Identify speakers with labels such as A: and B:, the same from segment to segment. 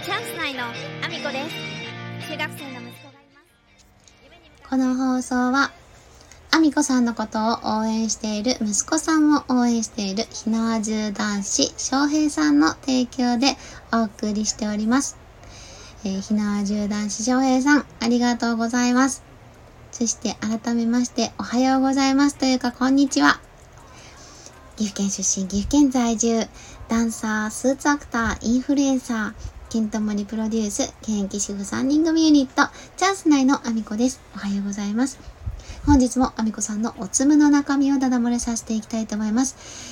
A: チャンス内のアミコです。中学生の息子がいます。
B: この放送はアミコさんのことを応援している息子さんを応援している火縄銃男子翔平さんの提供でお送りしております。火縄銃男子翔平さん、ありがとうございます。そして改めましておはようございますというかこんにちは。岐阜県出身、岐阜県在住、ダンサー、スーツアクター、インフルエンサー、ケントモリプロデュース、現役主婦3人組ユニット、チャンス内のアミコです。おはようございます。本日もアミコさんのおつむの中身をダダ漏れさせていきたいと思います。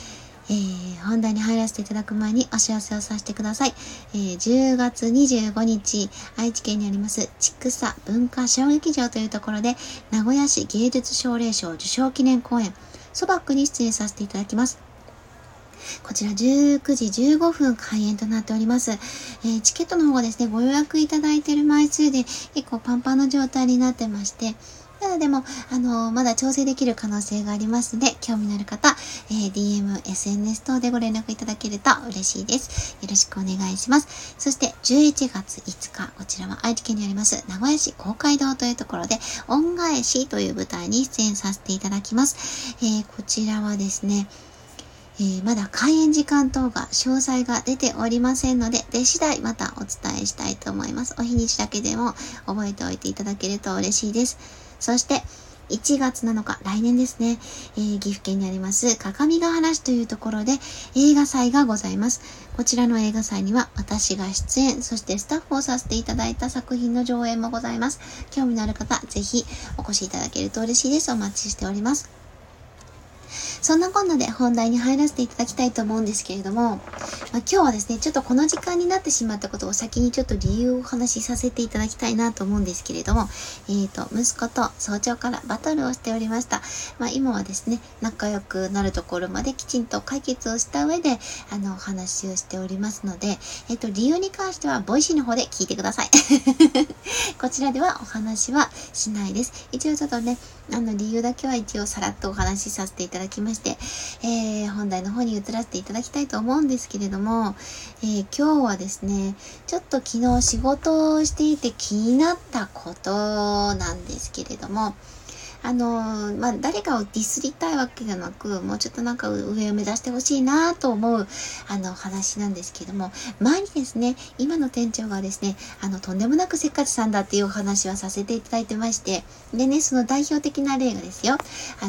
B: 本題に入らせていただく前にお知らせをさせてください。10月25日、愛知県にあります千種文化小劇場というところで、名古屋市芸術奨励賞受賞記念公演、ソバックに出演させていただきます。こちら19時15分開演となっております。チケットの方がですね、ご予約いただいている枚数で結構パンパンの状態になってまして、ただでも、まだ調整できる可能性がありますので、興味のある方、DM、SNS 等でご連絡いただけると嬉しいです。よろしくお願いします。そして11月5日、こちらは愛知県にあります名古屋市公会堂というところで、恩返しという舞台に出演させていただきます。こちらはですね、まだ開演時間等が詳細が出ておりませんので、出次第またお伝えしたいと思います。お日にちだけでも覚えておいていただけると嬉しいです。そして1月7日、来年ですね、岐阜県にあります各務原市というところで映画祭がございます。こちらの映画祭には私が出演、そしてスタッフをさせていただいた作品の上映もございます。興味のある方、ぜひお越しいただけると嬉しいです。お待ちしております。そんなこんなで本題に入らせていただきたいと思うんですけれども、今日はですね、ちょっとこの時間になってしまったことを先にちょっと理由をお話しさせていただきたいなと思うんですけれども、息子と早朝からバトルをしておりました。今はですね、仲良くなるところまできちんと解決をした上で、お話をしておりますので、理由に関してはボイシーの方で聞いてください。こちらではお話はしないです。一応ちょっとね、理由だけは一応さらっとお話しさせていただきまして、本題の方に移らせていただきたいと思うんですけれども、今日はですね、ちょっと昨日仕事をしていて気になったことなんですけれども、誰かをディスりたいわけじゃなく、もうちょっとなんか上を目指してほしいなと思う、話なんですけども、前にですね、今の店長がですね、とんでもなくせっかちさんだっていうお話はさせていただいてまして、でね、その代表的な例がですよ、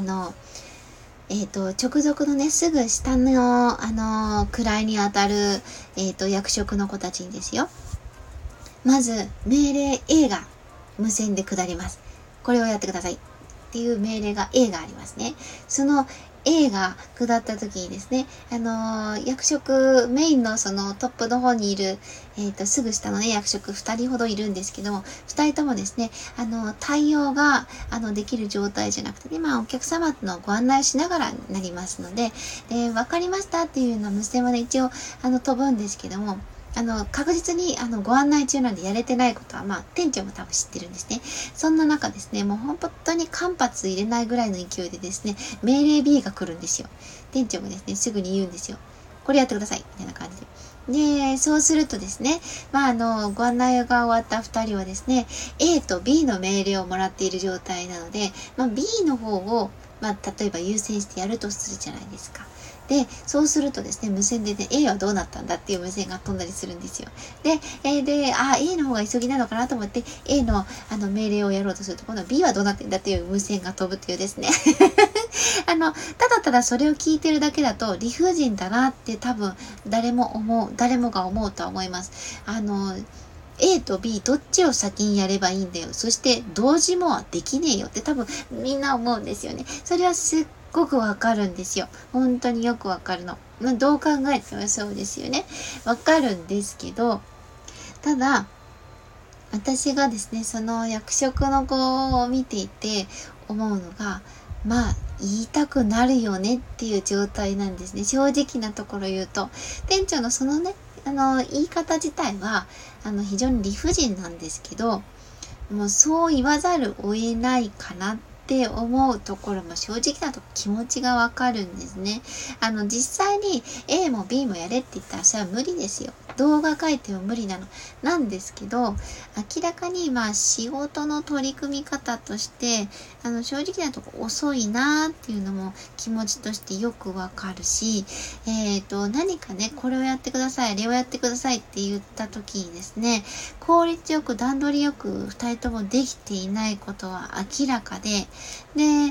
B: 直属のね、すぐ下の、位にあたる、役職の子たちにですよ、まず、命令 A が無線で下ります。これをやってください。っていう命令が A がありますね。その A が下った時にですね、役職、メインのそのトップの方にいる、すぐ下のね、役職2人ほどいるんですけども、2人ともですね、対応が、できる状態じゃなくて、ね、お客様のご案内しながらになりますので、わかりましたっていうの無線はね、一応、飛ぶんですけども、確実にご案内中なんでやれてないことは店長も多分知ってるんですね。そんな中ですね、もう本当に間髪入れないぐらいの勢いでですね、命令 B が来るんですよ。店長もですね、すぐに言うんですよ。これやってくださいみたいな感じで。で、そうするとですね、ご案内が終わった2人はですね、A と B の命令をもらっている状態なので、B の方を例えば優先してやるとするじゃないですか。で、そうするとですね、無線でね、A はどうなったんだっていう無線が飛んだりするんですよ。で、A の方が急ぎなのかなと思って、A の命令をやろうとすると、今度は B はどうなってんだっていう無線が飛ぶというですね。ただただそれを聞いてるだけだと理不尽だなって多分誰もが思うとは思います。A と B どっちを先にやればいいんだよ。そして同時もできねえよって多分みんな思うんですよね。それはすっごくわかるんですよ。本当によくわかるの。どう考えてもそうですよね。わかるんですけど、ただ、私がですね、その役職の子を見ていて思うのが、言いたくなるよねっていう状態なんですね。正直なところ言うと。店長のそのね、言い方自体は、非常に理不尽なんですけど、もうそう言わざるを得ないかなって思うところも正直なとこ気持ちがわかるんですね。実際に A も B もやれって言ったらそれは無理ですよ。 動画書いても無理なの。なんですけど、明らかに仕事の取り組み方として、正直なとこ遅いなーっていうのも気持ちとしてよくわかるし、何かね、これをやってください、あれをやってくださいって言った時にですね、効率よく段取りよく二人ともできていないことは明らかで、で、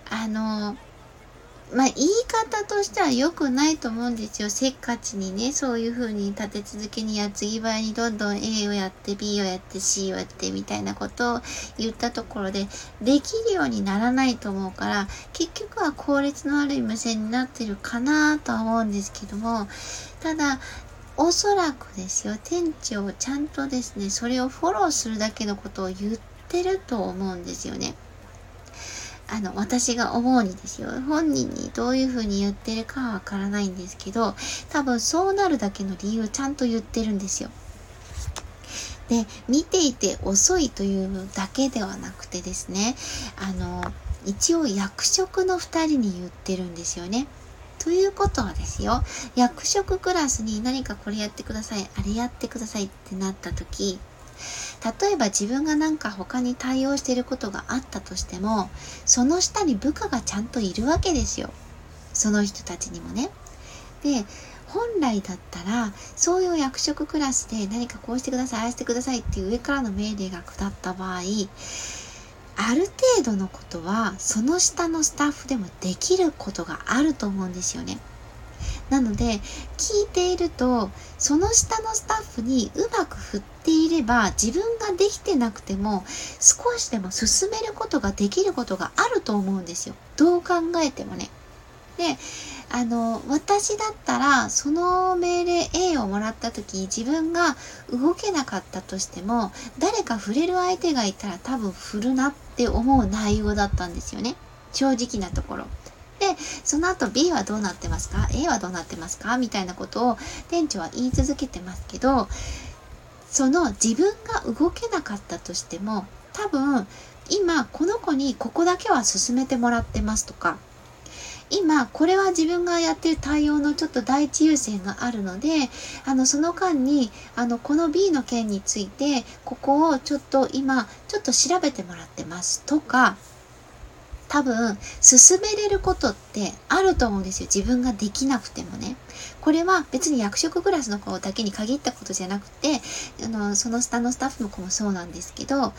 B: 言い方としては良くないと思うんですよ。せっかちにね、そういう風に立て続けに矢継ぎ早にどんどん A をやって B をやって C をやってみたいなことを言ったところで、できるようにならないと思うから、結局は効率の悪い無線になってるかなとは思うんですけども、ただ、おそらくですよ、店長ちゃんとですね、それをフォローするだけのことを言ってると思うんですよね。私が思うにですよ。本人にどういう風に言ってるかはわからないんですけど、多分そうなるだけの理由をちゃんと言ってるんですよ。で、見ていて遅いというだけではなくてですね、一応役職の2人に言ってるんですよね。ということはですよ、役職クラスに何かこれやってください、あれやってくださいってなった時、例えば自分がなんか他に対応していることがあったとしても、その下に部下がちゃんといるわけですよ。その人たちにもね。で、本来だったら、そういう役職クラスで何かこうしてください、ああしてくださいっていう上からの命令が下った場合、ある程度のことはその下のスタッフでもできることがあると思うんですよね。なので、聞いていると、その下のスタッフにうまく振っていれば、自分ができてなくても、少しでも進めることができることがあると思うんですよ。どう考えてもね。で、私だったら、その命令 A をもらった時、自分が動けなかったとしても、誰か触れる相手がいたら多分振るなって思う内容だったんですよね。正直なところ。で、その後 B はどうなってますか？ A はどうなってますか？みたいなことを店長は言い続けてますけど、その自分が動けなかったとしても、多分今この子にここだけは進めてもらってますとか、今これは自分がやってる対応のちょっと第一優先があるので、その間にこの B の件についてここをちょっと今ちょっと調べてもらってますとか、多分進めれることってあると思うんですよ。自分ができなくてもね。これは別に役職クラスの子だけに限ったことじゃなくて、その下のスタッフの子もそうなんですけど、カウン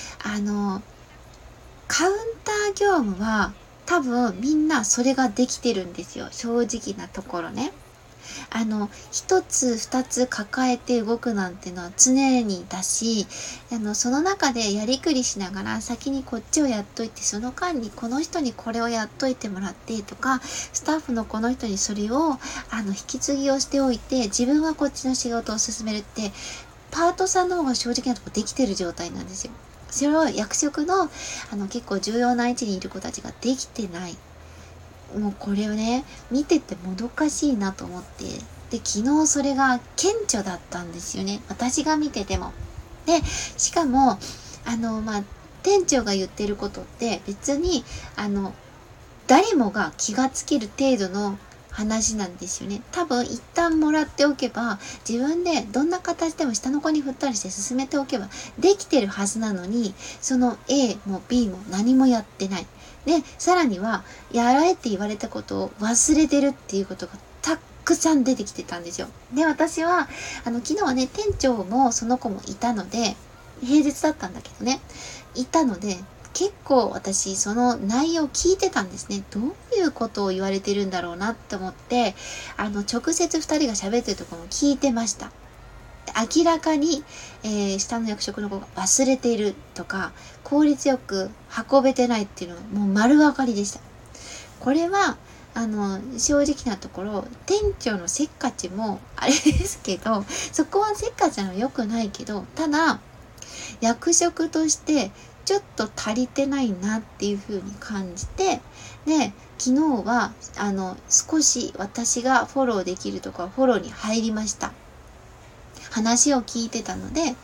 B: ター業務は多分みんなそれができてるんですよ。正直なところね。一つ二つ抱えて動くなんてのは常にだし、その中でやりくりしながら先にこっちをやっといて、その間にこの人にこれをやっといてもらってとか、スタッフのこの人にそれを引き継ぎをしておいて、自分はこっちの仕事を進めるって、パートさんの方が正直なとこできてる状態なんですよ。それを役職の結構重要な位置にいる子たちができてない。もうこれをね、見ててもどかしいなと思って。で、昨日それが顕著だったんですよね。私が見てても。で、しかも、店長が言ってることって別に、誰もが気がつける程度の話なんですよね。多分一旦もらっておけば、自分でどんな形でも下の子に振ったりして進めておけばできてるはずなのに、その A も B も何もやってない。で、さらには、やられって言われたことを忘れてるっていうことがたくさん出てきてたんですよ。で、私は、昨日はね、店長もその子もいたので、平日だったんだけどね、いたので、結構私、その内容を聞いてたんですね。どういうことを言われてるんだろうなって思って、直接二人が喋ってるところも聞いてました。明らかに、下の役職の子が忘れているとか、効率よく運べてないっていうのはもう丸分かりでした。これは、正直なところ、店長のせっかちもあれですけど、そこはせっかちなの良くないけど、ただ、役職としてちょっと足りてないなっていう風に感じて、で、昨日は、少し私がフォローできるところフォローに入りました。話を聞いてたので、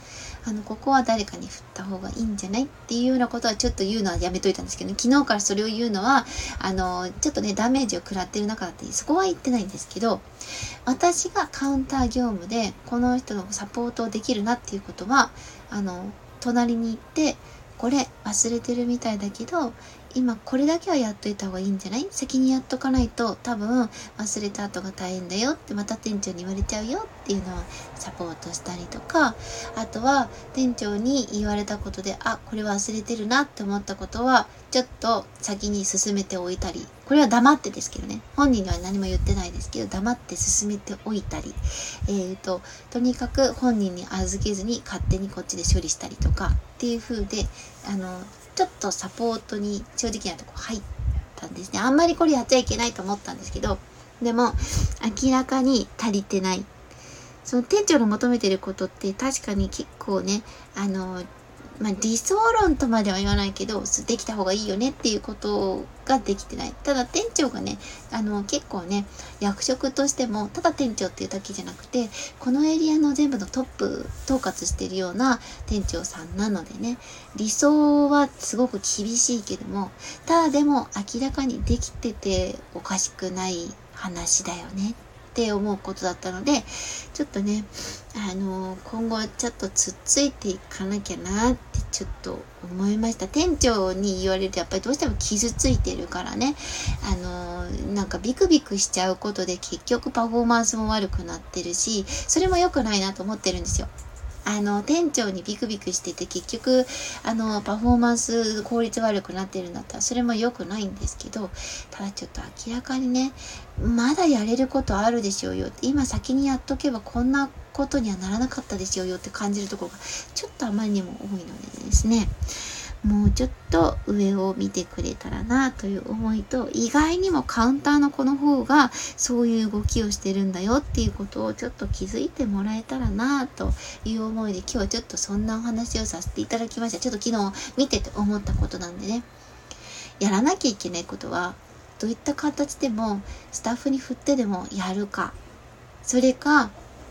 B: ここは誰かに振った方がいいんじゃないっていうようなことはちょっと言うのはやめといたんですけど、ね、昨日からそれを言うのはちょっとねダメージを食らってる中だってそこは言ってないんですけど、私がカウンター業務でこの人のサポートをできるなっていうことは隣に行って、これ忘れてるみたいだけど今これだけはやっといた方がいいんじゃない？先にやっとかないと多分忘れた後が大変だよってまた店長に言われちゃうよっていうのをサポートしたりとか、あとは店長に言われたことでこれ忘れてるなって思ったことはちょっと先に進めておいたり、これは黙ってですけどね、本人には何も言ってないですけど黙って進めておいたり、とにかく本人に預けずに勝手にこっちで処理したりとかっていう風でちょっとサポートに正直なとこ入ったんですね。あんまりこれやっちゃいけないと思ったんですけど、でも明らかに足りてない。その店長の求めてることって確かに結構ね、理想論とまでは言わないけどできた方がいいよねっていうことができてない。ただ店長がね結構ね役職としてもただ店長っていうだけじゃなくてこのエリアの全部のトップ統括してるような店長さんなのでね、理想はすごく厳しいけども、ただでも明らかにできてておかしくない話だよねって思うことだったので、ちょっとね今後ちょっとつっついていかなきゃなってちょっと思いました。店長に言われるとやっぱりどうしても傷ついてるからね、なんかビクビクしちゃうことで結局パフォーマンスも悪くなってるし、それも良くないなと思ってるんですよ。店長にビクビクしてて結局パフォーマンス効率悪くなってるんだったらそれも良くないんですけど、ただちょっと明らかにねまだやれることあるでしょうよって、今先にやっとけばこんなことにはならなかったでしょうよって感じるところがちょっとあまりにも多いのでですね、もうちょっと上を見てくれたらなという思いと、意外にもカウンターの子の方がそういう動きをしてるんだよっていうことをちょっと気づいてもらえたらなという思いで今日はちょっとそんなお話をさせていただきました。ちょっと昨日見てて思ったことなんでね、やらなきゃいけないことはどういった形でもスタッフに振ってでもやるか、それか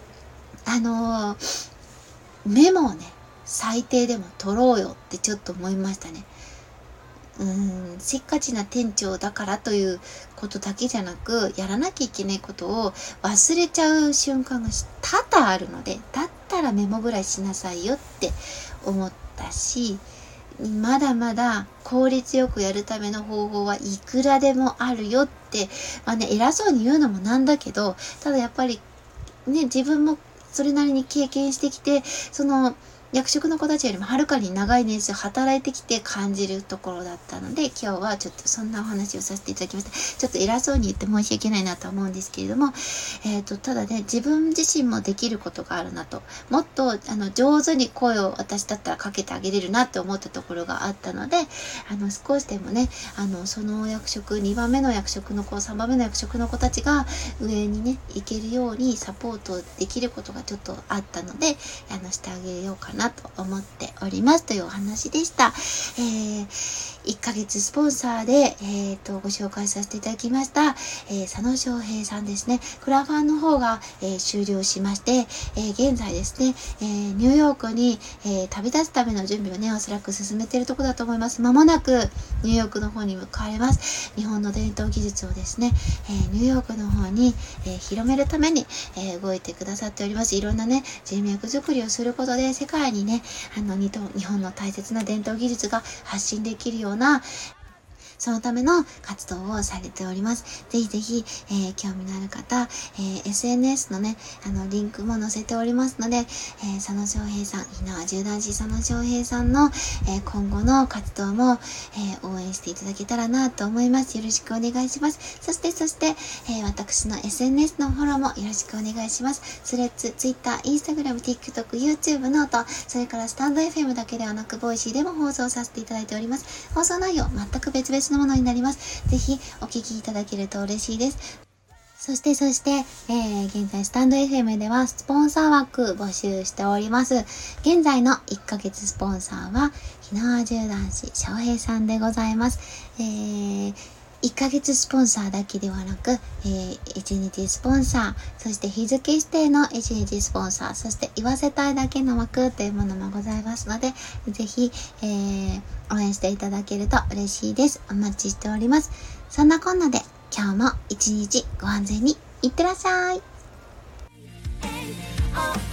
B: メモをね最低でも取ろうよってちょっと思いましたね。せっかちな店長だからということだけじゃなく、やらなきゃいけないことを忘れちゃう瞬間が多々あるので、だったらメモぐらいしなさいよって思ったし、まだまだ効率よくやるための方法はいくらでもあるよって、偉そうに言うのもなんだけど、ただやっぱりね自分もそれなりに経験してきて、その役職の子たちよりもはるかに長い年数働いてきて感じるところだったので、今日はちょっとそんなお話をさせていただきました。ちょっと偉そうに言って申し訳ないなと思うんですけれども、ただね自分自身もできることがあるなと、もっと上手に声を私だったらかけてあげれるなって思ったところがあったので、少しでもねその役職2番目の役職の子3番目の役職の子たちが上にね行けるようにサポートできることがちょっとあったのでしてあげようかなと思っておりますというお話でした。1ヶ月スポンサーで、ご紹介させていただきました、佐野翔平さんですね。クラファンの方が、終了しまして、現在ですね、ニューヨークに、旅立つための準備をねおそらく進めているところだと思います。間もなくニューヨークの方に向かわれます。日本の伝統技術をですね、ニューヨークの方に、広めるために、動いてくださっております。いろんなね人脈作りをすることで世界にね日本の大切な伝統技術が発信できるようなそのための活動をされております。ぜひぜひ、興味のある方、SNS のね、リンクも載せておりますので、佐野翔平さん、火縄銃男子佐野翔平さんの、今後の活動も、応援していただけたらなと思います。よろしくお願いします。そして、私の SNS のフォローもよろしくお願いします。スレッズ、Twitter、Instagram、TikTok、YouTube、ノート、それからスタンド FM だけではなく、ボイシーでも放送させていただいております。放送内容、全く別々のものになります。ぜひお聞きいただけると嬉しいです。そして、現在スタンド FM ではスポンサー枠募集しております。現在の1ヶ月スポンサーは、火縄銃男子翔平さんでございます。 1ヶ月スポンサーだけではなく、1日スポンサー、そして日付指定の1日スポンサー、そして言わせたいだけの枠というものもございますので、ぜひ、応援していただけると嬉しいです。お待ちしております。そんなこんなで今日も一日ご安全にいってらっしゃい。